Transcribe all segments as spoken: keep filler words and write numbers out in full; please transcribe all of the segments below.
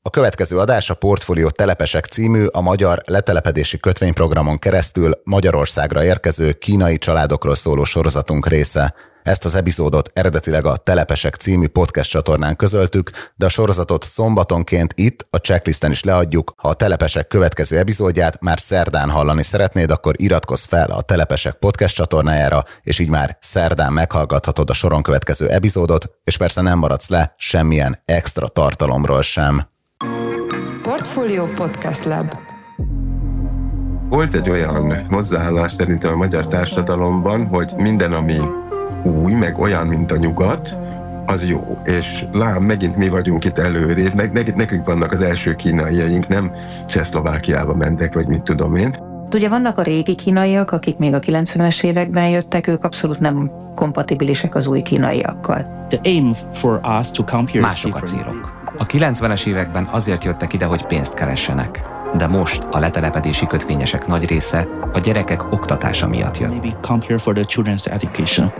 A következő adás a Portfólió Telepesek című, a magyar letelepedési kötvényprogramon keresztül Magyarországra érkező kínai családokról szóló sorozatunk része. Ezt az epizódot eredetileg a Telepesek című podcast csatornán közöltük, de a sorozatot szombatonként itt, a checklisten is leadjuk. Ha a Telepesek következő epizódját már szerdán hallani szeretnéd, akkor iratkozz fel a Telepesek podcast csatornájára, és így már szerdán meghallgathatod a soron következő epizódot, és persze nem maradsz le semmilyen extra tartalomról sem. Portfólió Podcast Lab. Volt egy olyan hozzáállás szerintem a magyar társadalomban, hogy minden, ami új, meg olyan, mint a nyugat, az jó. És lám, megint mi vagyunk itt előrébb, meg, meg, nekünk vannak az első kínaiaink, nem Csehszlovákiába mentek, vagy mit tudom én. Ugye vannak a régi kínaiak, akik még a kilencvenes években jöttek, ők abszolút nem kompatibilisek az új kínaiakkal. The aim for us to come here Mások a célok. A kilencvenes években azért jöttek ide, hogy pénzt keressenek. De most a letelepedési kötvényesek nagy része a gyerekek oktatása miatt jött. Maybe come here for the children's education.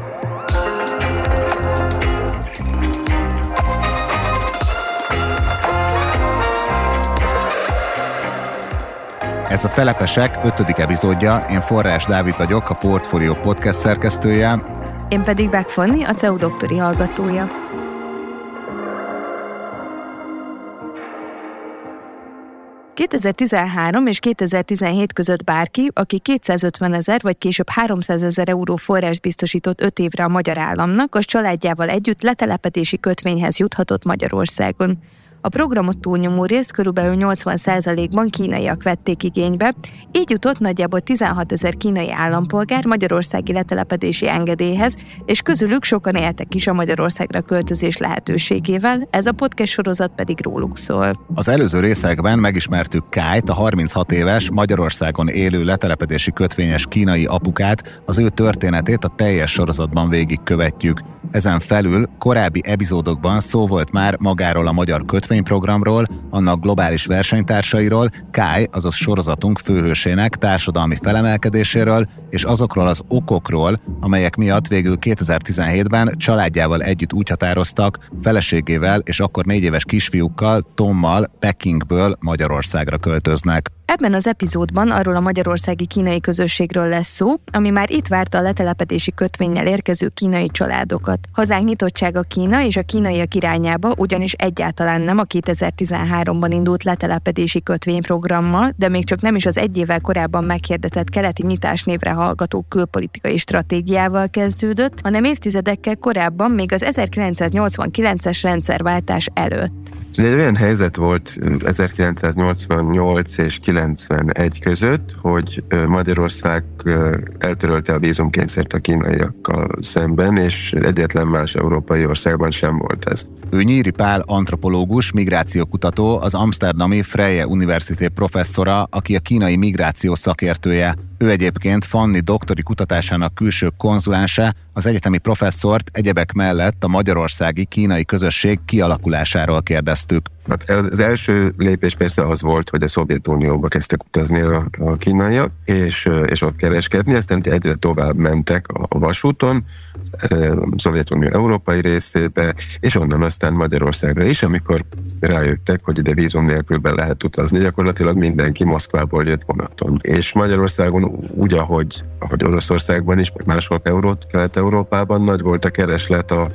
Ez a Telepesek ötödik epizódja, én Forrás Dávid vagyok, a Portfólió podcast szerkesztője. Én pedig Beck Fanni, a cé e u doktori hallgatója. kétezer-tizenhárom és kétezer-tizenhét között bárki, aki kétszázötvenezer vagy később háromszázezer euró forrás biztosított öt évre a magyar államnak, az családjával együtt letelepedési kötvényhez juthatott Magyarországon. A programot túlnyomó részt körülbelül nyolcvan százalékban kínaiak vették igénybe, így jutott nagyjából tizenhatezer kínai állampolgár magyarországi letelepedési engedélyhez, és közülük sokan éltek is a Magyarországra költözés lehetőségével, ez a podcast sorozat pedig róluk szól. Az előző részekben megismertük Kájt, a harminchat éves Magyarországon élő letelepedési kötvényes kínai apukát, az ő történetét a teljes sorozatban végigkövetjük. Ezen felül korábbi epizódokban szó volt már magáról a magyar kötvényprogramról, annak globális versenytársairól, Káj, azaz sorozatunk főhősének társadalmi felemelkedéséről, és azokról az okokról, amelyek miatt végül kétezer-tizenhétben családjával együtt úgy határoztak, feleségével és akkor négy éves kisfiúkkal, Tommal Pekingből Magyarországra költöznek. Ebben az epizódban arról a magyarországi kínai közösségről lesz szó, ami már itt várta a letelepedési kötvénynel érkező kínai családokat. Hazánk nyitottsága Kína és a kínaiak irányába ugyanis egyáltalán nem a kétezer-tizenháromban indult letelepedési kötvényprogrammal, de még csak nem is az egy évvel korábban meghirdetett keleti nyitás névre hallgató külpolitikai stratégiával kezdődött, hanem évtizedekkel korábban, még az ezerkilencszáznyolcvankilences rendszerváltás előtt. Egy olyan helyzet volt ezerkilencszáznyolcvannyolc és kilencvenegy között, hogy Magyarország eltörölte a vízumkényszert a kínaiakkal szemben, és egyetlen más európai országban sem volt ez. Ő Nyíri Pál antropológus, migrációkutató, az amszterdami Freie University professzora, aki a kínai migráció szakértője. Ő egyébként Fanni doktori kutatásának külső konzulense, az egyetemi professzort egyebek mellett a magyarországi kínai közösség kialakulásáról kérdeztük. Az első lépés persze az volt, hogy a Szovjetunióba kezdtek utazni a, a kínaiak, és, és ott kereskedni, aztán egyre tovább mentek a vasúton, a Szovjetunió európai részébe, és onnan aztán Magyarországra is, amikor rájöttek, hogy ide vízum nélkül be lehet utazni, gyakorlatilag mindenki Moszkvából jött vonaton. És Magyarországon úgy, ahogy, ahogy Oroszországban is, meg máshol Eurót, Kelet-Európában nagy volt a kereslet a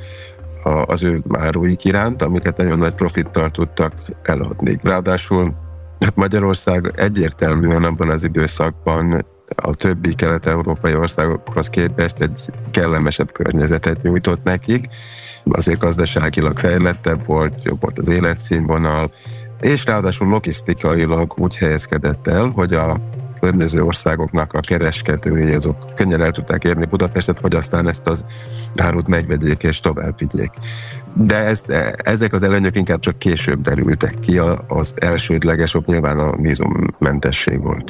az ő áruik iránt, amiket nagyon nagy profittal tudtak eladni. Ráadásul hát Magyarország egyértelműen abban az időszakban a többi kelet-európai országokhoz képest egy kellemesebb környezetet nyújtott nekik. Azért gazdaságilag fejlettebb volt, jobb volt az életszínvonal, és ráadásul logisztikailag úgy helyezkedett el, hogy a környező országoknak a kereskedői, azok könnyen el tudták érni Budapestet, hogy aztán ezt az árut megvegyék és tovább vigyék. De ez, ezek az előnyök inkább csak később derültek ki, az elsődleges ok nyilván a vízummentesség volt.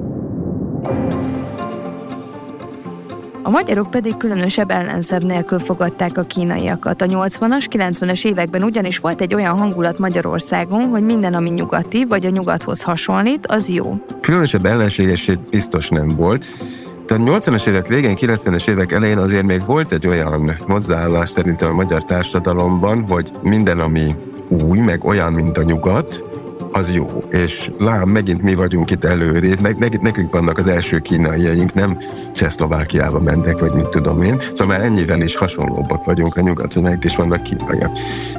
A magyarok pedig különösebb ellenszebb nélkül fogadták a kínaiakat. A nyolcvanas, kilencvenes években ugyanis volt egy olyan hangulat Magyarországon, hogy minden, ami nyugati, vagy a nyugathoz hasonlít, az jó. Különösebb ellenségesség biztos nem volt. Tehát nyolcvanas évek végén, kilencvenes évek elején azért még volt egy olyan hozzáállás szerintem a magyar társadalomban, hogy minden, ami új, meg olyan, mint a nyugat, az jó. És lám, megint mi vagyunk itt előrébb, meg, meg, nekünk vannak az első kínaiaink, nem Csehszlovákiába mentek, vagy mit tudom én. Szóval már ennyivel is hasonlóbbak vagyunk a nyugaton, meg is vannak kínaiak.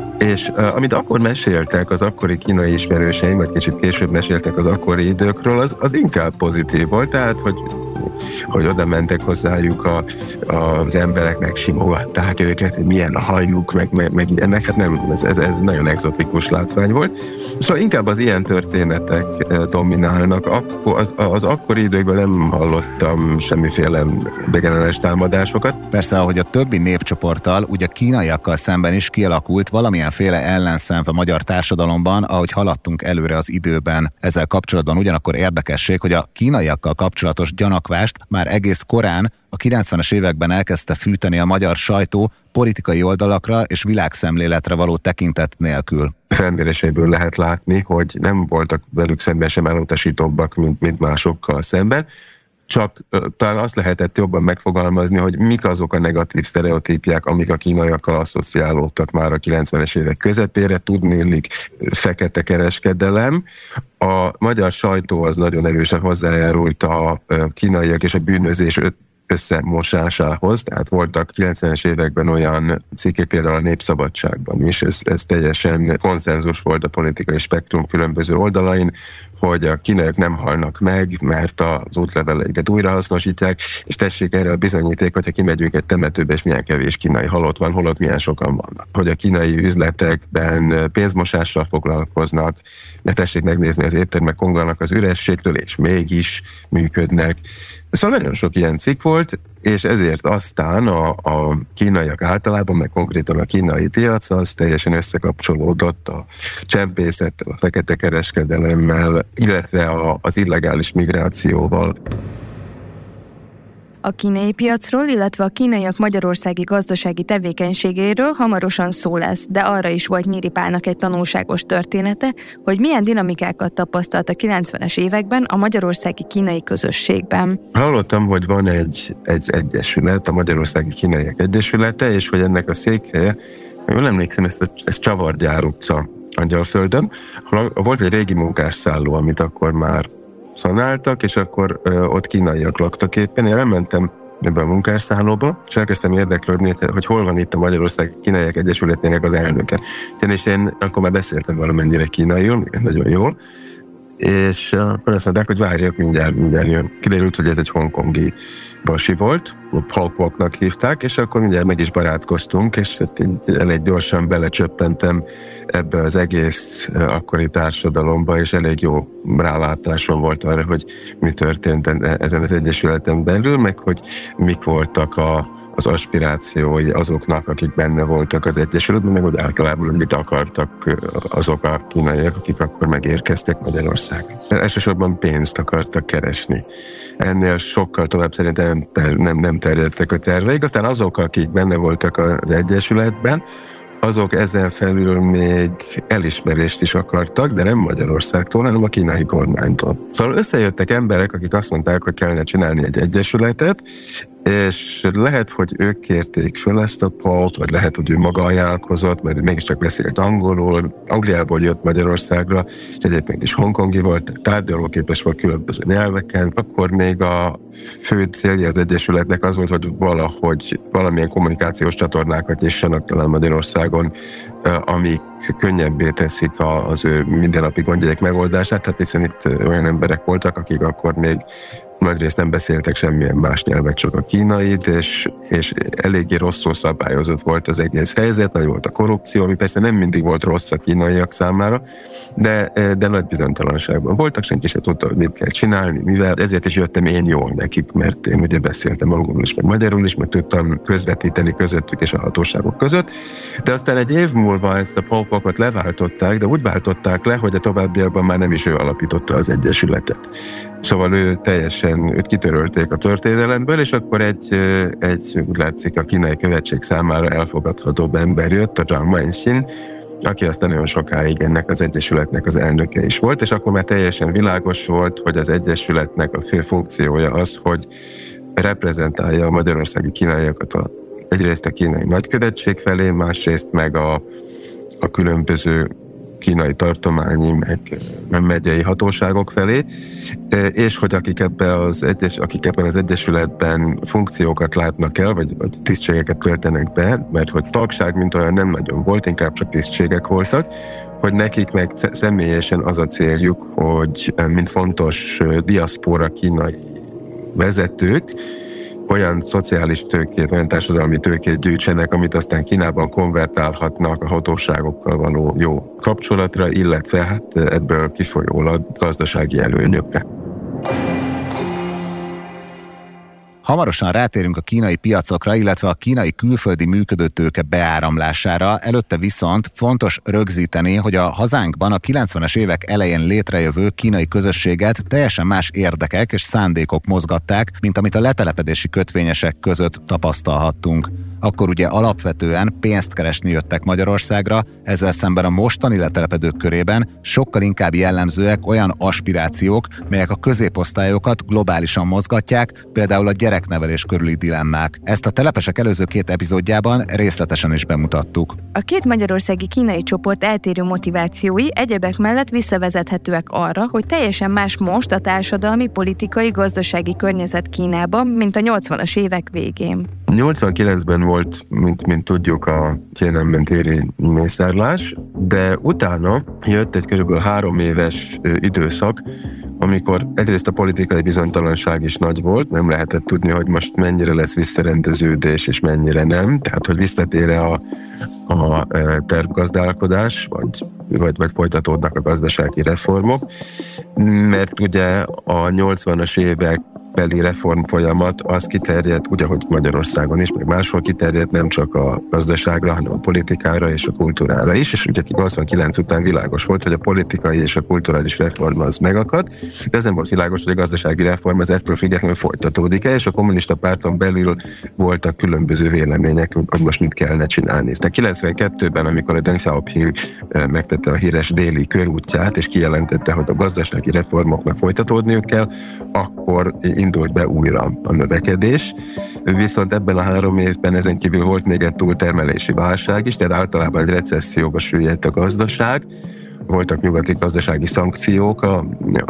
És uh, amit akkor meséltek az akkori kínai ismerőseim, vagy kicsit később meséltek az akkori időkről, az, az inkább pozitív volt, tehát, hogy, hogy oda mentek hozzájuk a, az emberek, megsimogatták őket, hogy milyen a hajuk, meg, meg, meg ennek, hát nem, ez, ez, ez nagyon egzotikus látvány volt. Szóval inkább az ilyen történetek dominálnak. Akkor, az, az akkori időkben nem hallottam semmiféle idegenellenes támadásokat. Persze, ahogy a többi népcsoporttal, úgy a kínaiakkal szemben is kialakult valamilyenféle ellenszenv a magyar társadalomban, ahogy haladtunk előre az időben. Ezzel kapcsolatban ugyanakkor érdekesség, hogy a kínaiakkal kapcsolatos gyanakvást már egész korán, a kilencvenes években elkezdte fűteni a magyar sajtó politikai oldalakra és világszemléletre való tekintet nélkül. Felméréseiből lehet látni, hogy nem voltak velük szemben sem elutasítóbbak, mint, mint másokkal szemben, csak talán azt lehetett jobban megfogalmazni, hogy mik azok a negatív sztereotípiák, amik a kínaiakkal asszociálódtak már a kilencvenes évek közepére, tudnélik fekete kereskedelem. A magyar sajtó az nagyon erősen hozzájárult a kínaiak és a bűnözés összemosásához, tehát voltak kilencvenes években olyan cikké, például a Népszabadságban is, ez, ez teljesen konszenzus volt a politikai spektrum különböző oldalain, hogy a kínaiak nem halnak meg, mert az útleveleiket újrahasznosítják, és tessék erre a bizonyíték, hogyha kimegyünk egy temetőbe, és milyen kevés kínai halott van, holott milyen sokan vannak. Hogy a kínai üzletekben pénzmosással foglalkoznak, de tessék megnézni az éttermek konganak az ürességtől, és mégis működnek. Szóval nagyon sok ilyen cikk volt, és ezért aztán a, a kínaiak általában, meg konkrétan a kínai piac, az teljesen összekapcsolódott a csempészettel, a fekete kereskedelemmel, illetve a, az illegális migrációval. A kínai piacról, illetve a kínaiak magyarországi gazdasági tevékenységéről hamarosan szó lesz, de arra is volt Nyíri Pálnak egy tanulságos története, hogy milyen dinamikákat tapasztalt a kilencvenes években a magyarországi kínai közösségben. Hallottam, hogy van egy, egy egyesület, a Magyarországi Kínaiak Egyesülete, és hogy ennek a székhelye, jól emlékszem, ez, ez Csavargyár utca Angyalföldön, volt egy régi munkásszálló, amit akkor már szanáltak, és akkor ö, ott kínaiak laktak éppen. Én elmentem ebbe a munkásszállóba, és elkezdtem érdeklődni, hogy hol van itt a Magyarországi Kínaiak Egyesületének az elnöke. És én akkor már beszéltem valamennyire kínaiul, nagyon jól, és akkor azt mondták, hogy várjak, mindjárt, mindjárt jön. Kiderült, hogy ez egy hongkongi basi volt, Pol Potnak hívták, és akkor mindjárt meg is barátkoztunk, és elég gyorsan belecsöppentem ebbe az egész akkori társadalomba, és elég jó rálátásom volt arra, hogy mi történt ezen az egyesületen belül, meg hogy mik voltak a az aspirációi azoknak, akik benne voltak az egyesületben, meg hogy általában mit akartak azok a kínaiak, akik akkor megérkeztek Magyarországon. Elsősorban pénzt akartak keresni. Ennél sokkal tovább szerintem nem, ter- nem, nem terjedtek a terveik. Aztán azok, akik benne voltak az egyesületben, azok ezen felül még elismerést is akartak, de nem Magyarországtól, hanem a kínai kormánytól. Szóval összejöttek emberek, akik azt mondták, hogy kellene csinálni egy egyesületet, és lehet, hogy ők kérték föl ezt a Polt, vagy lehet, hogy ő maga ajánlkozott, mert mégiscsak beszélt angolul, Angliából jött Magyarországra, és egyébként is hongkongi volt, tárgyalóképes volt különböző nyelveken. Akkor még a fő célja az egyesületnek az volt, hogy valahogy valamilyen kommunikációs csatornákat nyissanak talán Magyarországon, amik könnyebbé teszik az ő mindennapi gondjaik megoldását, tehát hiszen itt olyan emberek voltak, akik akkor még nagyrészt nem beszéltek semmilyen más nyelvet, csak a kínait, és, és eléggé rosszul szabályozott volt az egész helyzet, nagy volt a korrupció, ami persze nem mindig volt rossz a kínaiak számára, de, de nagy bizonytalanságban voltak, senki sem tudta, hogy mit kell csinálni, mivel ezért is jöttem én jól nekik, mert én ugye beszéltem angolul is, meg magyarul is, meg tudtam közvetíteni közöttük és a hatóságok között, de aztán egy év múlva ezt a Pol Potot leváltották, de úgy váltották le, hogy a továbbiakban már nem is ő alapította az egyesületet. Szóval ő teljesen, őt kitörölték a történelemből, és akkor egy, egy úgy látszik a kínai követség számára elfogadhatóbb ember jött, a Zhang Wenxin, aki aztán nagyon sokáig ennek az egyesületnek az elnöke is volt, és akkor már teljesen világos volt, hogy az egyesületnek a fő funkciója az, hogy reprezentálja a magyarországi kínaiakat a, egyrészt a kínai nagykövetség felé, másrészt meg a, a különböző kínai tartományi, meg megyei hatóságok felé, és hogy akik, ebbe az egyes, akik ebben az egyesületben funkciókat látnak el, vagy, vagy tisztségeket töltenek be, mert hogy tagság mint olyan nem nagyon volt, inkább csak tisztségek voltak, hogy nekik meg személyesen az a céljuk, hogy mint fontos diaszpora kínai vezetők, olyan szociális tőkét, olyan társadalmi tőkét gyűjtsenek, amit aztán Kínában konvertálhatnak a hatóságokkal való jó kapcsolatra, illetve hát ebből kifolyólag gazdasági előnyökre. Hamarosan rátérünk a kínai piacokra, illetve a kínai külföldi működőtőke beáramlására, előtte viszont fontos rögzíteni, hogy a hazánkban a kilencvenes évek elején létrejövő kínai közösséget teljesen más érdekek és szándékok mozgatták, mint amit a letelepedési kötvényesek között tapasztalhattunk. Akkor ugye alapvetően pénzt keresni jöttek Magyarországra, ezzel szemben a mostani letelepedők körében sokkal inkább jellemzőek olyan aspirációk, melyek a középosztályokat globálisan mozgatják, például a gyereknevelés körüli dilemmák. Ezt a Telepesek előző két epizódjában részletesen is bemutattuk. A két magyarországi kínai csoport eltérő motivációi egyebek mellett visszavezethetőek arra, hogy teljesen más most a társadalmi, politikai, gazdasági környezet Kínában, mint a nyolcvanas évek végén. nyolcvankilencben volt, mint, mint tudjuk, a Tiananmen téri mészárlás, de utána jött egy körülbelül három éves időszak, amikor egyrészt a politikai bizonytalanság is nagy volt, nem lehetett tudni, hogy most mennyire lesz visszarendeződés, és mennyire nem, tehát hogy visszatér-e a, a tervgazdálkodás, vagy, vagy, vagy folytatódnak a gazdasági reformok, mert ugye a nyolcvanas évek beli reformfolyamat az kiterjedt, ugye, hogy Magyarországon is, meg máshol kiterjedt nem csak a gazdaságra, hanem a politikára és a kultúrára is, és ugye nyolcvankilenc után világos volt, hogy a politikai és a kulturális reform az megakad, de ez nem volt világos, hogy a gazdasági reform az ettől függetlenül folytatódik-e, és a kommunista párton belül voltak különböző vélemények, hogy most mit kellene csinálni. De kilencvenkettőben, amikor a Deng Xiaoping megtette a híres déli körútját, és kijelentette, hogy a gazdasági reformoknak folytatódniuk kell, akkor indult be újra a növekedés, viszont ebben a három évben ezen kívül volt még egy túltermelési válság is, tehát általában egy recesszióba süllyedt a gazdaság, voltak nyugati gazdasági szankciók a,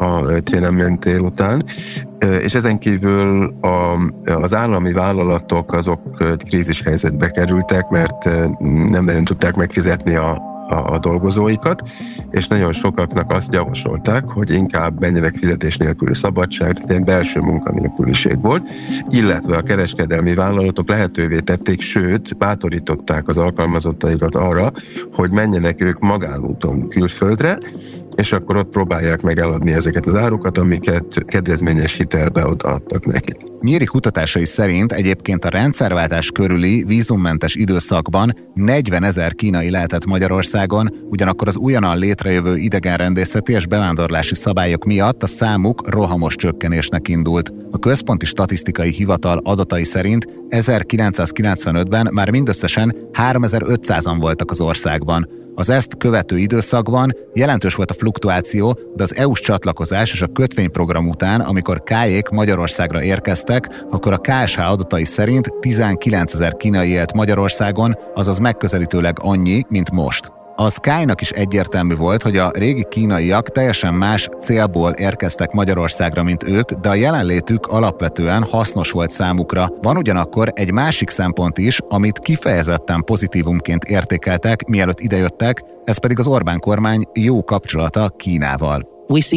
a Tiananmen tér után, és ezen kívül a, az állami vállalatok azok krízis helyzetbe kerültek, mert nem nagyon tudták megfizetni a A, a dolgozóikat, és nagyon sokaknak azt javasolták, hogy inkább menjenek fizetés nélküli szabadság, tehát ilyen belső munkanélküliség volt, illetve a kereskedelmi vállalatok lehetővé tették, sőt, bátorították az alkalmazottaikat arra, hogy menjenek ők magánúton külföldre, és akkor ott próbálják meg eladni ezeket az árukat, amiket kedvezményes hitelbe odaadtak nekik. Nyíri kutatásai szerint egyébként a rendszerváltás körüli vízummentes időszakban negyvenezer kínai lehetett Magyarországon, ugyanakkor az újonnan létrejövő idegenrendészeti és bevándorlási szabályok miatt a számuk rohamos csökkenésnek indult. A Központi Statisztikai Hivatal adatai szerint ezerkilencszázkilencvenötben már mindösszesen háromezer-ötszázan voltak az országban. Az ezt követő időszakban jelentős volt a fluktuáció, de az é u-s csatlakozás és a kötvényprogram után, amikor kájék Magyarországra érkeztek, akkor a ká es há adatai szerint tizenkilencezer kínai élt Magyarországon, azaz megközelítőleg annyi, mint most. A Sky-nak is egyértelmű volt, hogy a régi kínaiak teljesen más célból érkeztek Magyarországra, mint ők, de a jelenlétük alapvetően hasznos volt számukra. Van ugyanakkor egy másik szempont is, amit kifejezetten pozitívumként értékeltek, mielőtt idejöttek, ez pedig az Orbán kormány jó kapcsolata Kínával.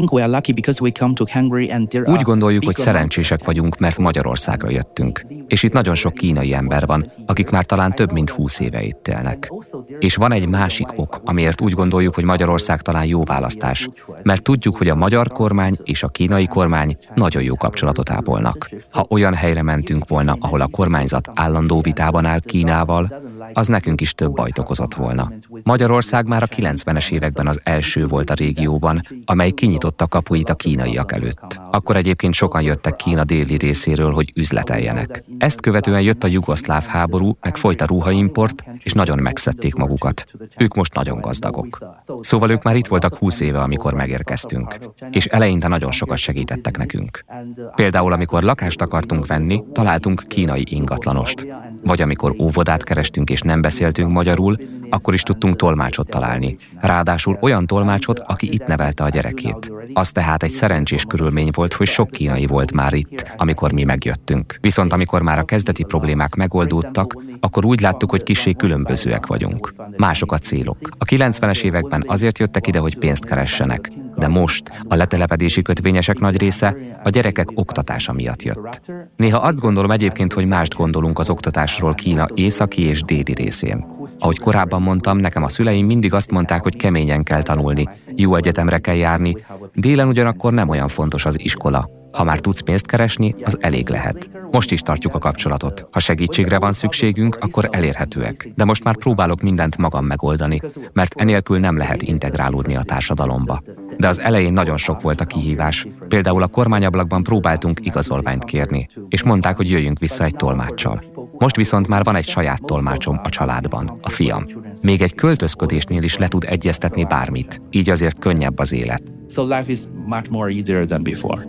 Úgy gondoljuk, hogy szerencsések vagyunk, mert Magyarországra jöttünk. És itt nagyon sok kínai ember van, akik már talán több mint húsz éve itt élnek. És van egy másik ok, amiért úgy gondoljuk, hogy Magyarország talán jó választás. Mert tudjuk, hogy a magyar kormány és a kínai kormány nagyon jó kapcsolatot ápolnak. Ha olyan helyre mentünk volna, ahol a kormányzat állandó vitában áll Kínával, az nekünk is több bajt okozott volna. Magyarország már a kilencvenes években az első volt a régióban, amely kinyitotta kapuit a kínaiak előtt. Akkor egyébként sokan jöttek Kína déli részéről, hogy üzleteljenek. Ezt követően jött a jugoszláv háború, meg folyt a ruhaimport, és nagyon megszedték magukat. Ők most nagyon gazdagok. Szóval ők már itt voltak húsz éve, amikor megérkeztünk. És eleinte nagyon sokat segítettek nekünk. Például, amikor lakást akartunk venni, találtunk kínai ingatlanost. Vagy amikor óvodát kerestünk és és nem beszéltünk magyarul, akkor is tudtunk tolmácsot találni. Ráadásul olyan tolmácsot, aki itt nevelte a gyerekét. Az tehát egy szerencsés körülmény volt, hogy sok kínai volt már itt, amikor mi megjöttünk. Viszont amikor már a kezdeti problémák megoldódtak, akkor úgy láttuk, hogy kissé különbözőek vagyunk. Mások a célok. A kilencvenes években azért jöttek ide, hogy pénzt keressenek, de most a letelepedési kötvényesek nagy része a gyerekek oktatása miatt jött. Néha azt gondolom egyébként, hogy mást gondolunk az oktatásról Kína északi és déli részén. Ahogy korábban mondtam, nekem a szüleim mindig azt mondták, hogy keményen kell tanulni, jó egyetemre kell járni, délen ugyanakkor nem olyan fontos az iskola. Ha már tudsz pénzt keresni, az elég lehet. Most is tartjuk a kapcsolatot. Ha segítségre van szükségünk, akkor elérhetőek. De most már próbálok mindent magam megoldani, mert enélkül nem lehet integrálódni a társadalomba. De az elején nagyon sok volt a kihívás. Például a kormányablakban próbáltunk igazolványt kérni, és mondták, hogy jöjjünk vissza egy tolmáccsal. Most viszont már van egy saját tolmácsom a családban, a fiam. Még egy költözködésnél is le tud egyeztetni bármit, így azért könnyebb az élet. So life is much more easier than before.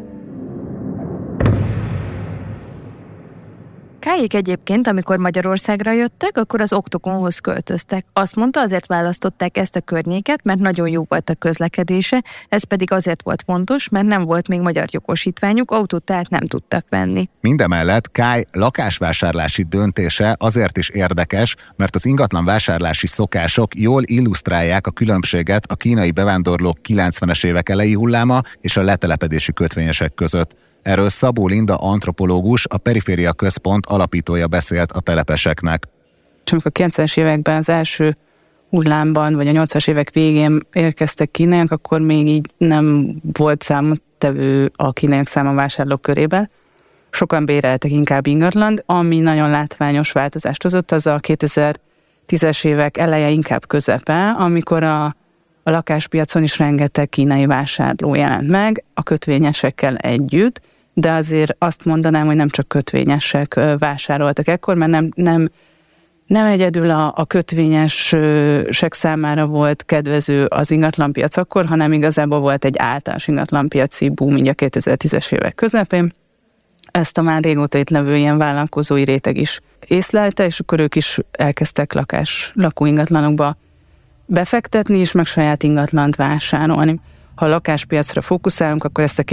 Kályék egyébként, amikor Magyarországra jöttek, akkor az Oktokonhoz költöztek. Azt mondta, azért választották ezt a környéket, mert nagyon jó volt a közlekedése, ez pedig azért volt fontos, mert nem volt még magyar jogosítványuk, autót tehát nem tudtak venni. Mindemellett Kály lakásvásárlási döntése azért is érdekes, mert az ingatlan vásárlási szokások jól illusztrálják a különbséget a kínai bevándorlók kilencvenes évek elejé hulláma és a letelepedési kötvényesek között. Erről Szabó Linda antropológus, a Periféria Központ alapítója beszélt a telepeseknek. Csak a kilencvenes években az első hullámban, vagy a nyolcvanas évek végén érkeztek kínaiak, akkor még így nem volt számottevő a kínaiak száma vásárlók körében. Sokan béreltek inkább ingatlant, ami nagyon látványos változást hozott, az a kétezer-tízes évek eleje, inkább közepe, amikor a, a lakáspiacon is rengeteg kínai vásárló jelent meg, a kötvényesekkel együtt, de azért azt mondanám, hogy nem csak kötvényesek vásároltak ekkor, mert nem, nem, nem egyedül a, a kötvényesek számára volt kedvező az ingatlanpiac akkor, hanem igazából volt egy általános ingatlanpiaci boom így a kétezer-tízes évek közepén. Ezt a már régóta itt levő ilyen vállalkozói réteg is észlelte, és akkor ők is elkezdtek lakás, lakóingatlanokba befektetni, és meg saját ingatlant vásárolni. Ha a lakáspiacra fókuszálunk, akkor ezt a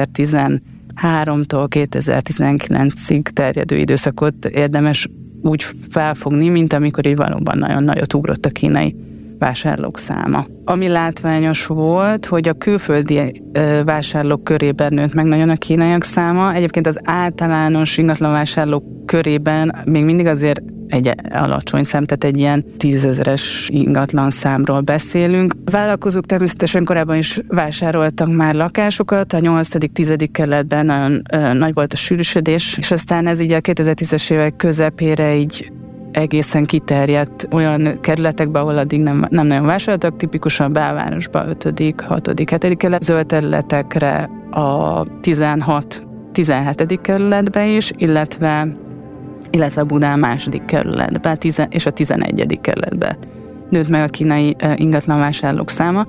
kétezer-tizenháromtól kétezer-tizenkilencig terjedő időszakot érdemes úgy felfogni, mint amikor így valóban nagyon nagyot ugrott a kínai vásárlók száma. Ami látványos volt, hogy a külföldi vásárlók körében nőtt meg nagyon a kínaiak száma. Egyébként az általános ingatlanvásárlók körében még mindig azért egy alacsony szám, tehát egy ilyen tízezeres ingatlan számról beszélünk. A vállalkozók természetesen korábban is vásároltak már lakásokat, a nyolcadik-tizedik kerületben nagyon ö, nagy volt a sűrűsödés, és aztán ez így a kétezer-tízes évek közepére így egészen kiterjedt olyan kerületekbe, ahol addig nem, nem nagyon vásároltak, tipikusan belvárosba ötödik, hatodik, hetedik kerület, zöld területekre a tizenhat-tizenhetedik kerületbe is, illetve illetve Budán második kerületbe és a tizenegyedik kerületbe nőtt meg a kínai ingatlanvásárlók száma,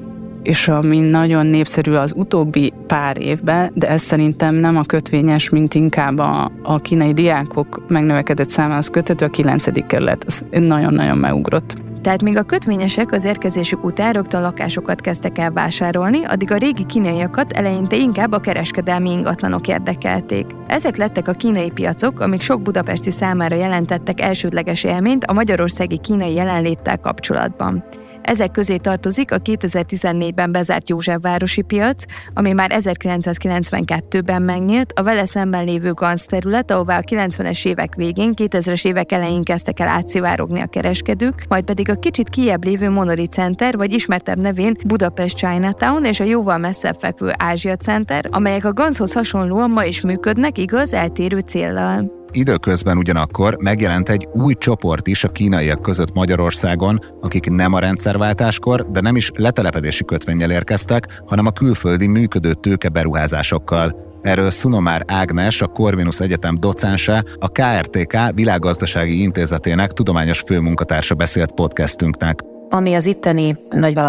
és ami nagyon népszerű az utóbbi pár évben, de ez szerintem nem a kötvényes, mint inkább a, a kínai diákok megnövekedett számához köthető, a kilencedik kerület. Ez nagyon-nagyon megugrott. Tehát míg a kötvényesek az érkezésük után rögtön lakásokat kezdtek el vásárolni, addig a régi kínaiakat eleinte inkább a kereskedelmi ingatlanok érdekelték. Ezek lettek a kínai piacok, amik sok budapesti számára jelentettek elsődleges élményt a magyarországi kínai jelenléttel kapcsolatban. Ezek közé tartozik a kétezer-tizennégyben bezárt Józsefvárosi piac, ami már ezerkilencszázkilencvenkettőben megnyílt, a vele szemben lévő Ganz terület, ahová a kilencvenes évek végén, kétezres évek elején kezdtek el átszivárogni a kereskedők, majd pedig a kicsit kijebb lévő Monori Center, vagy ismertebb nevén Budapest Chinatown és a jóval messzebb fekvő Ázsia Center, amelyek a Ganzhoz hasonlóan ma is működnek, igaz, eltérő céllal. Időközben ugyanakkor megjelent egy új csoport is a kínaiak között Magyarországon, akik nem a rendszerváltáskor, de nem is letelepedési kötvényel érkeztek, hanem a külföldi működő tőke beruházásokkal. Erről Szunomár Ágnes, a Corvinus Egyetem docense, a ká er té ká Világgazdasági Intézetének tudományos főmunkatársa beszélt podcastünknek. Ami az itteni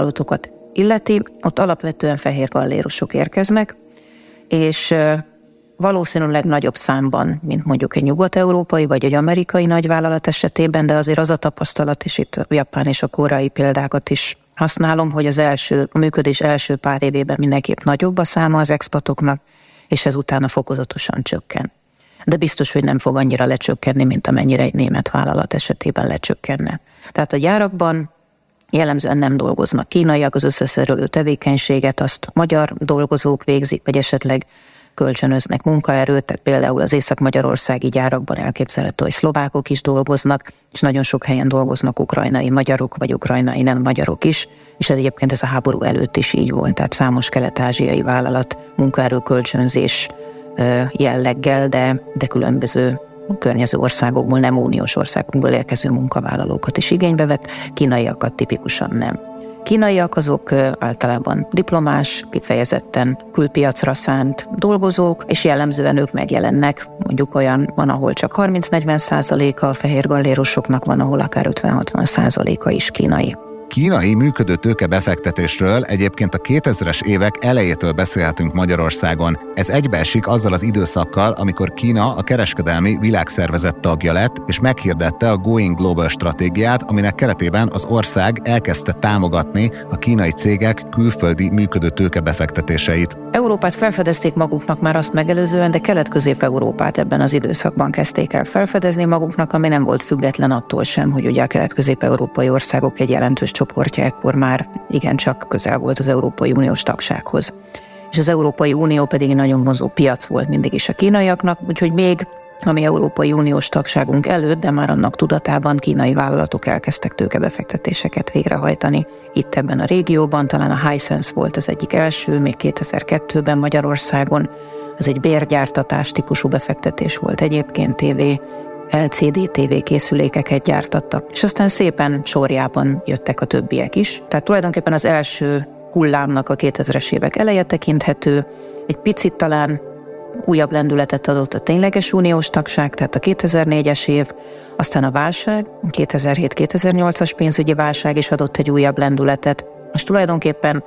nagyvállalatokat illeti, ott alapvetően fehér gallérosok érkeznek, és valószínűleg nagyobb számban, mint mondjuk egy nyugat-európai vagy egy amerikai nagyvállalat esetében, de azért az a tapasztalat, és itt a japán és a koreai példákat is használom, hogy az első, a működés első pár évében mindenképp nagyobb a száma az expatoknak, és ez utána fokozatosan csökken. De biztos, hogy nem fog annyira lecsökkenni, mint amennyire egy német vállalat esetében lecsökkenne. Tehát a gyárakban jellemzően nem dolgoznak kínaiak, az összeszerelő tevékenységet azt magyar dolgozók végzik, vagy esetleg kölcsönöznek munkaerőt, tehát például az észak-magyarországi gyárakban elképzelhető, hogy szlovákok is dolgoznak, és nagyon sok helyen dolgoznak ukrajnai magyarok, vagy ukrajnai nem magyarok is, és egyébként ez a háború előtt is így volt, tehát számos kelet-ázsiai vállalat munkaerő kölcsönzés jelleggel, de, de különböző környező országokból, nem uniós országokból érkező munkavállalókat is igénybe vett, kínaiakat tipikusan nem. Kínaiak azok általában diplomás, kifejezetten külpiacra szánt dolgozók, és jellemzően ők megjelennek, mondjuk olyan van, ahol csak harminc-negyven százaléka a fehér gallérosoknak, van, ahol akár ötven-hatvan százaléka is kínai. Kínai működő tőke befektetésről egyébként a kétezres évek elejétől beszélhetünk Magyarországon. Ez egybeesik azzal az időszakkal, amikor Kína a kereskedelmi világszervezet tagja lett, és meghirdette a Going Global stratégiát, aminek keretében az ország elkezdte támogatni a kínai cégek külföldi működő tőke befektetéseit. Európát felfedezték maguknak már azt megelőzően, de Kelet-Közép-Európát ebben az időszakban kezdték el felfedezni maguknak, ami nem volt független attól sem, hogy ugye a kelet-közép-európai országok egy jelentős csoportja ekkor már igencsak közel volt az Európai Uniós tagsághoz. És az Európai Unió pedig egy nagyon vonzó piac volt mindig is a kínaiaknak, úgyhogy még ami Európai Uniós tagságunk előtt, de már annak tudatában kínai vállalatok elkezdtek tőkebefektetéseket végrehajtani. Itt ebben a régióban talán a Hisense volt az egyik első, még kétezer-kettőben Magyarországon. Ez egy bérgyártatás típusú befektetés volt egyébként, tévé, el cé dé tévé készülékeket gyártattak, és aztán szépen sorjában jöttek a többiek is. Tehát tulajdonképpen az első hullámnak a kétezres évek eleje tekinthető, egy picit talán újabb lendületet adott a tényleges uniós tagság, tehát a kétezer-négyes év, aztán a válság, a kétezer-hét-kétezer-nyolcas pénzügyi válság is adott egy újabb lendületet. Most tulajdonképpen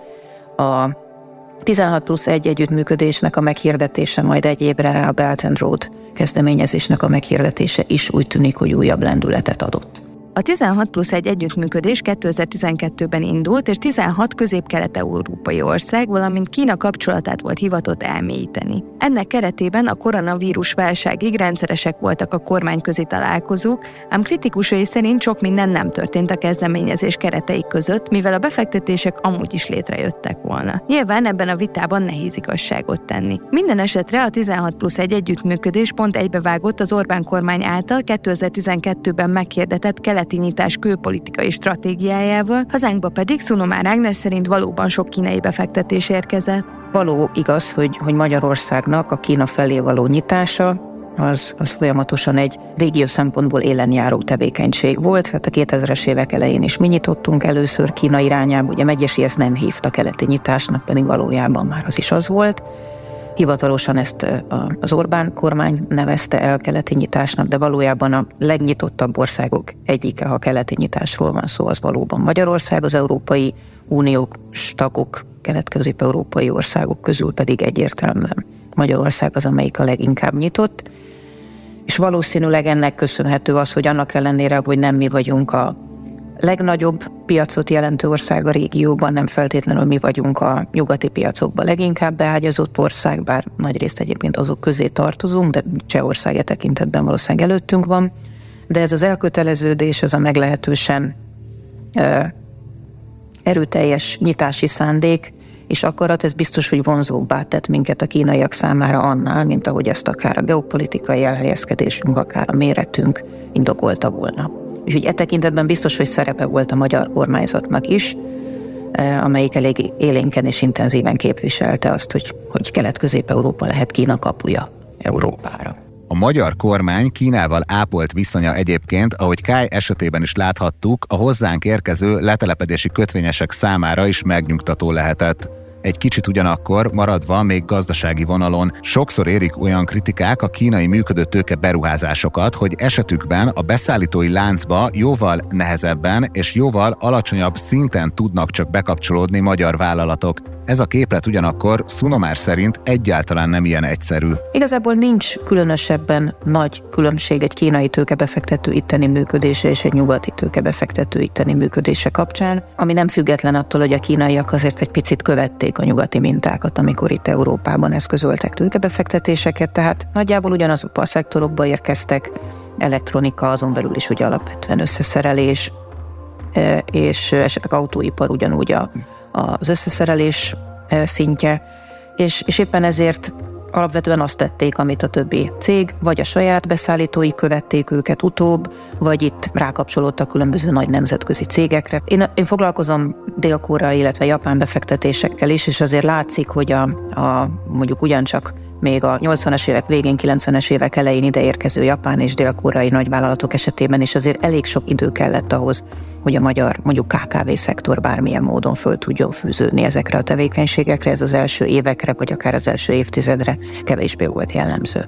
a tizenhat plusz egy együttműködésnek a meghirdetése, majd egy évre a Belt and Road kezdeményezésnek a meghirdetése is úgy tűnik, hogy újabb lendületet adott. A tizenhat plusz egy együttműködés kétezer-tizenkettőben indult, és tizenhat közép-kelet-európai ország, valamint Kína kapcsolatát volt hivatott elmélyíteni. Ennek keretében a koronavírus válságig rendszeresek voltak a kormányközi találkozók, ám kritikusai szerint sok minden nem történt a kezdeményezés keretei között, mivel a befektetések amúgy is létrejöttek volna. Nyilván ebben a vitában nehéz igazságot tenni. Minden esetre a tizenhat plusz egy együttműködés pont egybevágott az Orbán kormány által kétezer-tizenkettőben meghirdetett keleti nyitás külpolitikai stratégiájával, hazánkba pedig Szunomár Ágnes szerint valóban sok kínai befektetés érkezett. Való igaz, hogy, hogy Magyarországnak a Kína felé való nyitása az, az folyamatosan egy régió szempontból élenjáró tevékenység volt. Hát a kétezres évek elején is mi nyitottunk először Kína irányába, ugye Megyesi ezt nem hívta keleti nyitásnak, pedig valójában már az is az volt. Hivatalosan ezt az Orbán kormány nevezte el keleti nyitásnak, de valójában a legnyitottabb országok egyike, ha keleti nyitásról van szó, az valóban Magyarország, az Európai Uniós tagok, kelet-közép-európai országok közül pedig egyértelműen Magyarország az, amelyik a leginkább nyitott, és valószínűleg ennek köszönhető az, hogy annak ellenére, hogy nem mi vagyunk a legnagyobb piacot jelentő ország a régióban, nem feltétlenül mi vagyunk a nyugati piacokban leginkább beágyazott ország, bár nagyrészt egyébként azok közé tartozunk, de Csehország e tekintetben valószínűleg előttünk van, de ez az elköteleződés, ez a meglehetősen ö, erőteljes nyitási szándék és akarat, ez biztos, hogy vonzóbbá tett minket a kínaiak számára annál, mint ahogy ezt akár a geopolitikai elhelyezkedésünk, akár a méretünk indokolta volna. És úgy e tekintetben biztos, hogy szerepe volt a magyar kormányzatnak is, amelyik elég élénken és intenzíven képviselte azt, hogy, hogy Kelet-Közép-Európa lehet Kína kapuja Európára. A magyar kormány Kínával ápolt viszonya egyébként, ahogy Kály esetében is láthattuk, a hozzánk érkező letelepedési kötvényesek számára is megnyugtató lehetett. Egy kicsit ugyanakkor, maradva még gazdasági vonalon, sokszor érik olyan kritikák a kínai működő tőke beruházásokat, hogy esetükben a beszállítói láncba jóval nehezebben és jóval alacsonyabb szinten tudnak csak bekapcsolódni magyar vállalatok. Ez a képlet ugyanakkor Szunomár szerint egyáltalán nem ilyen egyszerű. Igazából nincs különösebben nagy különbség egy kínai tőkebefektető itteni működése és egy nyugati tőkebefektető itteni működése kapcsán, ami nem független attól, hogy a kínaiak azért egy picit követték a nyugati mintákat, amikor itt Európában eszközöltek tőkebefektetéseket, tehát nagyjából ugyanazokba a szektorokba érkeztek, elektronika, azon belül is ugye alapvetően összeszerelés, és esetleg autóipar ugyanúgy a, az összeszerelés szintje, és, és éppen ezért alapvetően azt tették, amit a többi cég, vagy a saját beszállítói követték őket utóbb, vagy itt rákapcsolódtak különböző nagy nemzetközi cégekre. Én, én foglalkozom dél-koreai, illetve japán befektetésekkel is, és azért látszik, hogy a, a mondjuk ugyancsak még a nyolcvanas évek végén, kilencvenes évek elején ide érkező japán és dél-koreai nagyvállalatok esetében is azért elég sok idő kellett ahhoz, hogy a magyar mondjuk ká ká vé szektor bármilyen módon föl tudjon fűződni ezekre a tevékenységekre, ez az első évekre, vagy akár az első évtizedre kevésbé volt jellemző.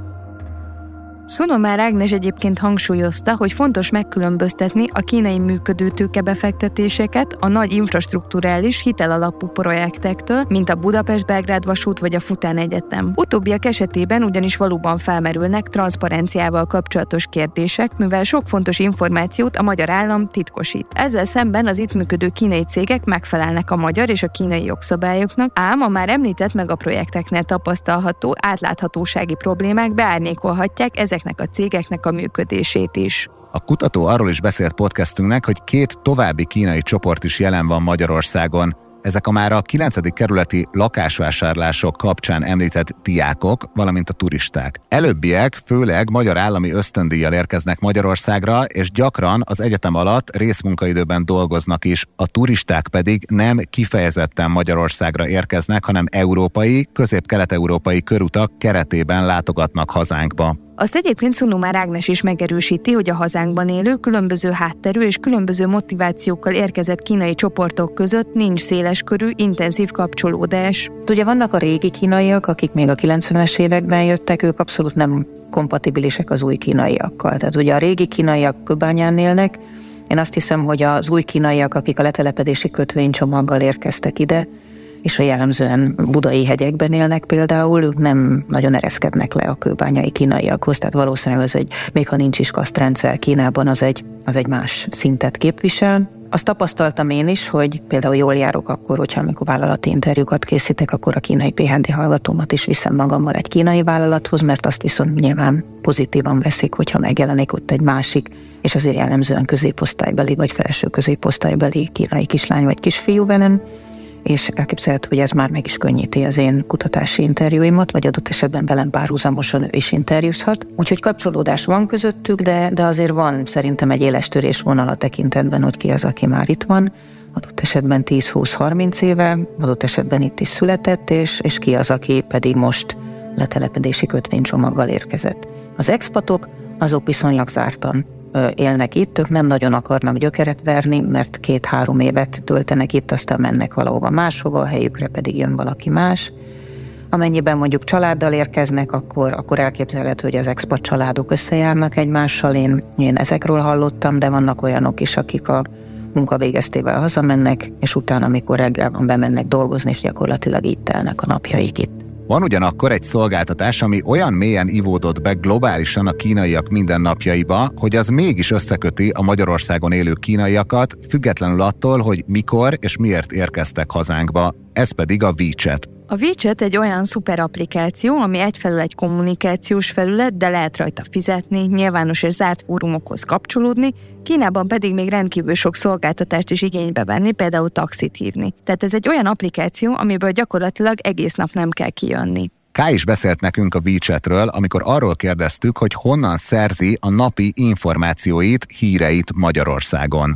Szunomár Ágnes egyébként hangsúlyozta, hogy fontos megkülönböztetni a kínai működő tőkebefektetéseket a nagy infrastrukturális hitelalapú projektektől, mint a Budapest-Belgrád vasút vagy a Fután Egyetem. Utóbbiak esetében ugyanis valóban felmerülnek transzparenciával kapcsolatos kérdések, mivel sok fontos információt a magyar állam titkosít. Ezzel szemben az itt működő kínai cégek megfelelnek a magyar és a kínai jogszabályoknak, ám a már említett megaprojekteknél tapasztalható átláthatósági problémák beárnyékolhatják ezeknek a cégeknek a működését is. A kutató arról is beszélt podcastünknek, hogy két további kínai csoport is jelen van Magyarországon. Ezek a már a kilencedik kerületi lakásvásárlások kapcsán említett diákok, valamint a turisták. Előbbiek főleg magyar állami ösztöndíjjal érkeznek Magyarországra, és gyakran az egyetem alatt részmunkaidőben dolgoznak is. A turisták pedig nem kifejezetten Magyarországra érkeznek, hanem európai, közép-kelet-európai körutak keretében látogatnak hazánkba. Azt egyébként Szunomár Ágnes is megerősíti, hogy a hazánkban élő, különböző hátterű és különböző motivációkkal érkezett kínai csoportok között nincs széleskörű, intenzív kapcsolódás. Ugye vannak a régi kínaiak, akik még a kilencvenes években jöttek, ők abszolút nem kompatibilisek az új kínaiakkal. Tehát ugye a régi kínaiak Kőbányán élnek, én azt hiszem, hogy az új kínaiak, akik a letelepedési kötvénycsomaggal érkeztek ide, és a jellemzően budai hegyekben élnek például, ők nem nagyon ereszkednek le a kőbányai kínaiakhoz, tehát valószínűleg az egy, még ha nincs is kasztrendszer Kínában, az egy, az egy más szintet képvisel. Azt tapasztaltam én is, hogy például jól járok akkor, hogyha amikor vállalati interjúkat készítek, akkor a kínai pé há dé hallgatómat is viszem magammal egy kínai vállalathoz, mert azt viszont nyilván pozitívan veszik, hogyha megjelenik ott egy másik, és azért jellemzően középosztálybeli vagy felső középosztálybeli kínai kislány vagy kisfiú velem, és elképzelhető, hogy ez már meg is könnyíti az én kutatási interjúimat, vagy adott esetben velem párhuzamosan ő is interjúzhat. Úgyhogy kapcsolódás van közöttük, de, de azért van szerintem egy éles törésvonal a tekintetben, hogy ki az, aki már itt van, adott esetben tíz-húsz-harminc éve, adott esetben itt is született, és, és ki az, aki pedig most letelepedési kötvénycsomaggal érkezett. Az expatok, azok viszonylag zártan élnek itt, ők nem nagyon akarnak gyökeret verni, mert két-három évet töltenek itt, aztán mennek valahova máshova, a helyükre pedig jön valaki más. Amennyiben mondjuk családdal érkeznek, akkor, akkor elképzelhető, hogy az expat családok összejárnak egymással. Én, én ezekről hallottam, de vannak olyanok is, akik a munka végeztével hazamennek, és utána, amikor reggel van, bemennek dolgozni, és gyakorlatilag így telnek a napjaik itt. Van ugyanakkor egy szolgáltatás, ami olyan mélyen ivódott be globálisan a kínaiak mindennapjaiba, hogy az mégis összeköti a Magyarországon élő kínaiakat, függetlenül attól, hogy mikor és miért érkeztek hazánkba. Ez pedig a WeChat. A WeChat egy olyan szuper applikáció, ami egyfelől egy kommunikációs felület, de lehet rajta fizetni, nyilvános és zárt fórumokhoz kapcsolódni, Kínában pedig még rendkívül sok szolgáltatást is igénybe venni, például taxit hívni. Tehát ez egy olyan applikáció, amiből gyakorlatilag egész nap nem kell kijönni. Ká is beszélt nekünk a WeChatről, amikor arról kérdeztük, hogy honnan szerzi a napi információit, híreit Magyarországon.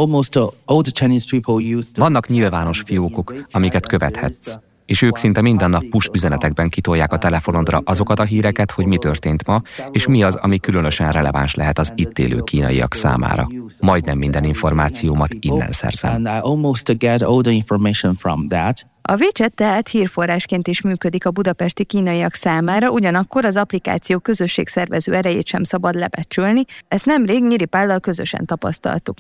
Vannak nyilvános fiókok, amiket követhetsz, és ők szinte minden nap push üzenetekben kitolják a telefonodra azokat a híreket, hogy mi történt ma, és mi az, ami különösen releváns lehet az itt élő kínaiak számára. Majdnem minden információmat innen szerzem. A WeChat tehát hírforrásként is működik a budapesti kínaiak számára, ugyanakkor az applikáció közösségszervező erejét sem szabad lebecsülni, ezt nemrég Nyíri Pállal közösen tapasztaltuk meg.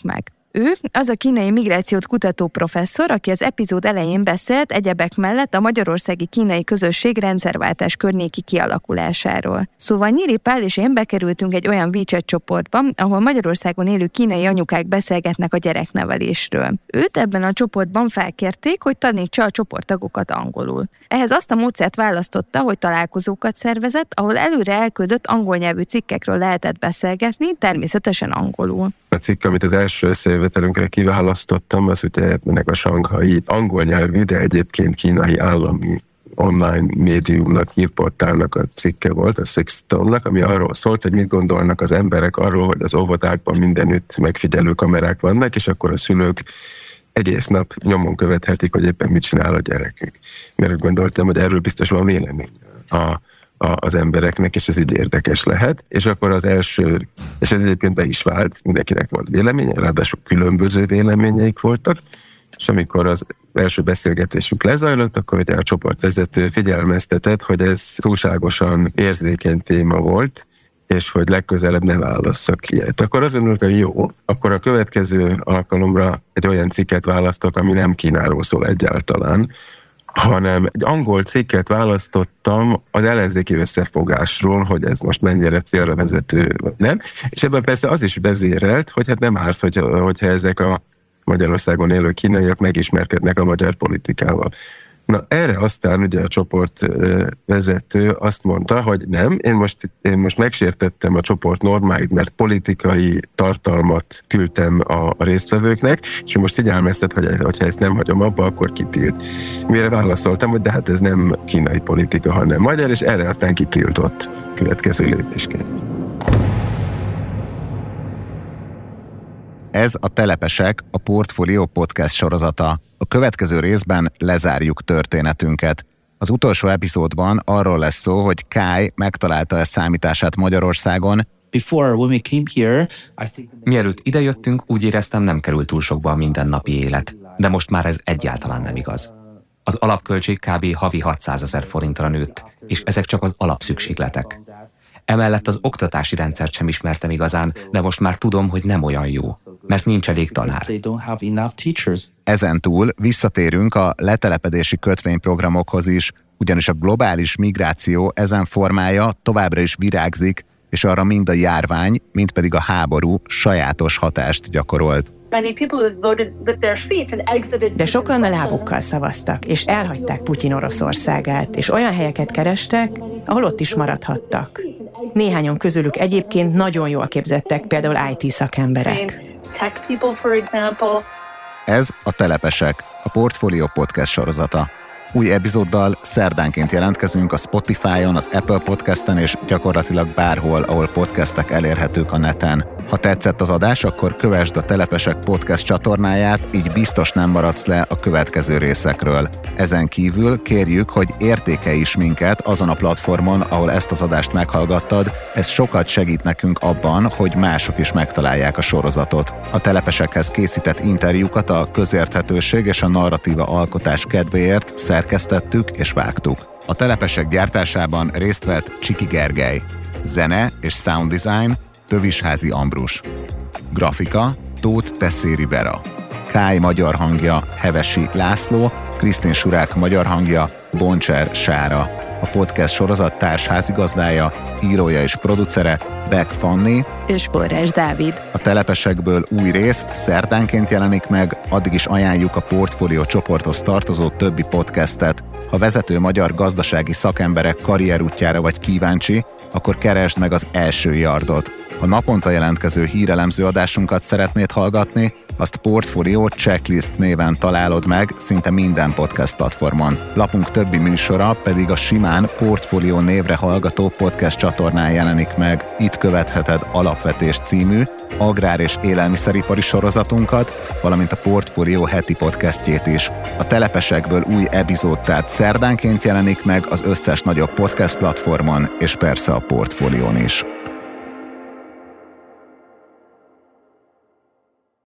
Ő az a kínai migrációt kutató professzor, aki az epizód elején beszélt egyebek mellett a magyarországi kínai közösség rendszerváltás környéki kialakulásáról. Szóval Nyíri Pál és én bekerültünk egy olyan WeChat csoportba, ahol Magyarországon élő kínai anyukák beszélgetnek a gyereknevelésről. Őt ebben a csoportban felkérték, hogy tanítsa a csoporttagokat angolul. Ehhez azt a módszert választotta, hogy találkozókat szervezett, ahol előre elküldött angol nyelvű cikkekről lehetett beszélgetni, természetesen angolul. A cikk, amit az első összejövetelünkre kiválasztottam, az ugye ennek a sanghai angol nyelvű, de egyébként kínai állami online médiumnak, hírportálnak a cikke volt, a Sixstone-nak, ami arról szólt, hogy mit gondolnak az emberek arról, hogy az óvodákban mindenütt megfigyelő kamerák vannak, és akkor a szülők egész nap nyomon követhetik, hogy éppen mit csinál a gyerekük. Mert úgy gondoltam, hogy erről biztos van vélemény a az embereknek, és ez így érdekes lehet. És akkor az első, és ez egyébként be is vált, mindenkinek volt véleménye, ráadásul különböző véleményeik voltak, és amikor az első beszélgetésünk lezajlott, akkor ugye a csoportvezető figyelmeztetett, hogy ez túlságosan érzékeny téma volt, és hogy legközelebb ne válasszak ilyet. Akkor azt gondoltam, hogy jó, akkor a következő alkalomra egy olyan cikket választok, ami nem Kínáról szól egyáltalán, hanem egy angol cikket választottam az ellenzéki összefogásról, hogy ez most mennyire célra vezető, vagy nem. És ebben persze az is vezérelt, hogy hát nem árt, hogy, hogyha ezek a Magyarországon élő kínaiak megismerkednek a magyar politikával. Na erre aztán ugye a csoport vezető azt mondta, hogy nem, én most, én most megsértettem a csoport normáit, mert politikai tartalmat küldtem a, a résztvevőknek, és most figyelmeztet, hogy hogyha ezt nem hagyom abba, akkor kitilt. Mire válaszoltam, hogy de hát ez nem kínai politika, hanem magyar, és erre aztán kitiltott következő lépésként. Ez a Telepesek, a Portfolio podcast sorozata. A következő részben lezárjuk történetünket. Az utolsó epizódban arról lesz szó, hogy Kai megtalálta-e számítását Magyarországon. Before, when we came here, I think... Mielőtt idejöttünk, úgy éreztem, nem került túl sokba a mindennapi élet. De most már ez egyáltalán nem igaz. Az alapköltség kb. Havi hatszázezer forintra nőtt, és ezek csak az alapszükségletek. Emellett az oktatási rendszert sem ismertem igazán, de most már tudom, hogy nem olyan jó, mert nincs elég tanár. Ezen túl visszatérünk a letelepedési kötvényprogramokhoz is, ugyanis a globális migráció ezen formája továbbra is virágzik, és arra mind a járvány, mind pedig a háború sajátos hatást gyakorolt. De sokan a lábukkal szavaztak, és elhagyták Putyin Oroszországát, és olyan helyeket kerestek, ahol ott is maradhattak. Néhányan közülük egyébként nagyon jól képzettek, például i té szakemberek. Ez a Telepesek, a Portfolio podcast sorozata. Új epizóddal szerdánként jelentkezünk a Spotify-on, az Apple Podcasten és gyakorlatilag bárhol, ahol podcastek elérhetők a neten. Ha tetszett az adás, akkor kövesd a Telepesek podcast csatornáját, így biztos nem maradsz le a következő részekről. Ezen kívül kérjük, hogy értékelj is minket azon a platformon, ahol ezt az adást meghallgattad. Ez sokat segít nekünk abban, hogy mások is megtalálják a sorozatot. A Telepesekhez készített interjúkat a közérthetőség és a narratíva alkotás kedvéért szerkesztettük és vágtuk. A Telepesek gyártásában részt vett Csiki Gergely. Zene és sound design Tövisházi Ambrus. Grafika Tóth Tesszéri Vera. Kai magyar hangja Hevesi László, Krisztin Surák magyar hangja Boncser Sára. A podcast sorozat társházigazdája, írója és producere Beck Fanni és Forrás Dávid. A Telepesekből új rész szerdánként jelenik meg, addig is ajánljuk a Portfolio csoporthoz tartozó többi podcastet. Ha vezető magyar gazdasági szakemberek karrierútjára vagy kíváncsi, akkor keresd meg az Első Yardot. Ha naponta jelentkező hírelemző adásunkat szeretnéd hallgatni, azt Portfolio Checklist néven találod meg szinte minden podcast platformon. Lapunk többi műsora pedig a simán Portfolio névre hallgató podcast csatornán jelenik meg. Itt követheted Alapvetés című agrár- és élelmiszeripari sorozatunkat, valamint a Portfolio heti podcastjét is. A Telepesekből új epizód tehát szerdánként jelenik meg az összes nagyobb podcast platformon, és persze a Portfolión is.